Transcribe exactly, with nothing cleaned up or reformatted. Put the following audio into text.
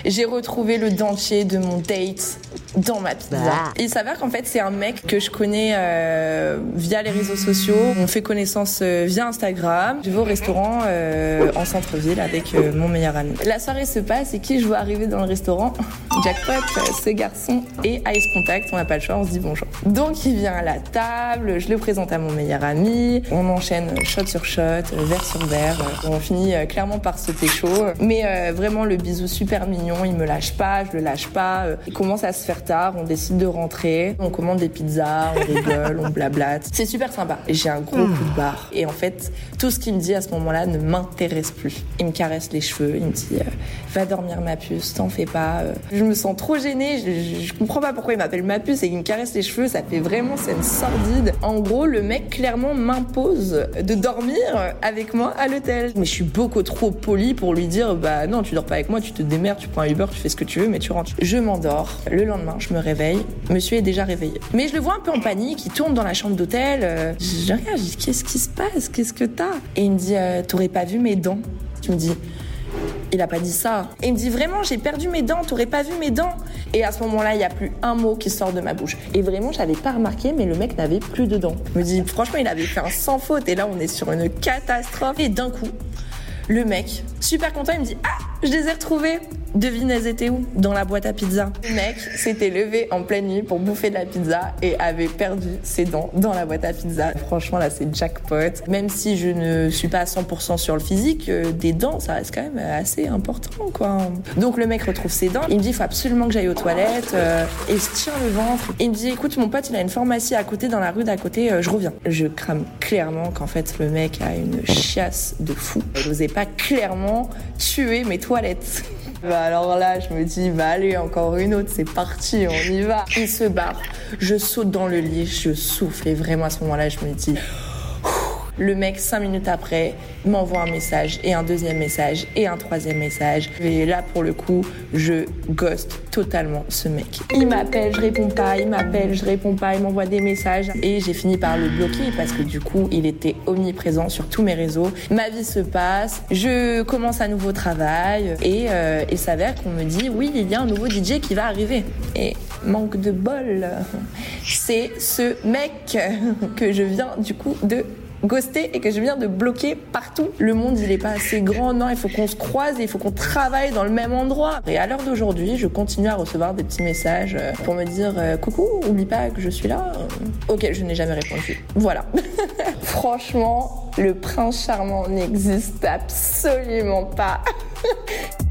J'ai retrouvé le dentier de mon date dans ma pizza. Bah. Il s'avère qu'en fait, c'est un mec que je connais euh, via les réseaux sociaux. On fait connaissance euh, via Instagram. Je vais au restaurant euh, en centre-ville avec euh, mon meilleur ami. La soirée se passe et qui je vois arriver dans le restaurant? Jackpot, euh, ce garçon et Ice Contact. On n'a pas le choix, on se dit bonjour. Donc, il vient à la table, je le présente à mon meilleur ami. On enchaîne shot sur shot, euh, verre sur verre. Euh, on finit euh, clairement par se pécho. Mais euh, vraiment, le bisou super mignon. Il me lâche pas, je le lâche pas. Euh, il commence à se faire tard, on décide de rentrer, on commande des pizzas, on rigole, on blablate. C'est super sympa. J'ai un gros coup de barre. Et en fait, tout ce qu'il me dit à ce moment-là ne m'intéresse plus. Il me caresse les cheveux, il me dit euh, « Va dormir ma puce, t'en fais pas. Euh. » Je me sens trop gênée, je, je, je comprends pas pourquoi il m'appelle ma puce et qu'il me caresse les cheveux, ça fait vraiment scène sordide. En gros, le mec clairement m'impose de dormir avec moi à l'hôtel. Mais je suis beaucoup trop polie pour lui dire « Bah non, tu dors pas avec moi, tu te démerdes, tu prends un Uber, tu fais ce que tu veux, mais tu rentres. » Je m'endors. Le lendemain, je me réveille. Monsieur est déjà réveillé. Mais je le vois un peu en panique. Il tourne dans la chambre d'hôtel. Euh, je regarde, je dis qu'est-ce qui se passe? Qu'est-ce que t'as? Et il me dit euh, t'aurais pas vu mes dents? Je me dis il a pas dit ça. Et il me dit vraiment j'ai perdu mes dents. T'aurais pas vu mes dents? Et à ce moment-là, il y a plus un mot qui sort de ma bouche. Et vraiment, j'avais pas remarqué, mais le mec n'avait plus de dents. Je me dis franchement, il avait fait un sans faute. Et là, on est sur une catastrophe. Et d'un coup, le mec, super content, il me dit « Ah, je les ai retrouvés !» Devine, elles étaient où? Dans la boîte à pizza. Le mec s'était levé en pleine nuit pour bouffer de la pizza et avait perdu ses dents dans la boîte à pizza. Franchement, là, c'est jackpot. Même si je ne suis pas à cent pour cent sur le physique, euh, des dents, ça reste quand même assez important, quoi. Donc, le mec retrouve ses dents. Il me dit « Il faut absolument que j'aille aux toilettes. Euh, » Et il se tire le ventre. Et il me dit « Écoute, mon pote, il a une pharmacie à côté, dans la rue d'à côté. Euh, je reviens. » Je crame clairement qu'en fait, le mec a une chiasse de fou. Il n'osait pas clairement tuer mes toilettes. Bah alors là, je me dis, bah allez, encore une autre, c'est parti, on y va. Il se barre, je saute dans le lit, je souffle et vraiment à ce moment-là, je me dis... Le mec, cinq minutes après, m'envoie un message et un deuxième message et un troisième message. Et là, pour le coup, je ghost totalement ce mec. Il m'appelle, je réponds pas, il m'appelle, je réponds pas, il m'envoie des messages. Et j'ai fini par le bloquer parce que du coup, il était omniprésent sur tous mes réseaux. Ma vie se passe, je commence un nouveau travail et euh, il s'avère qu'on me dit, oui, il y a un nouveau D J qui va arriver. Et manque de bol, c'est ce mec que je viens du coup de... ghosté et que je viens de bloquer partout. Le monde, il est pas assez grand. Non, il faut qu'on se croise et il faut qu'on travaille dans le même endroit. Et à l'heure d'aujourd'hui, je continue à recevoir des petits messages pour me dire euh, coucou, oublie pas que je suis là. Auquel je n'ai jamais répondu. Voilà. Franchement, le prince charmant n'existe absolument pas.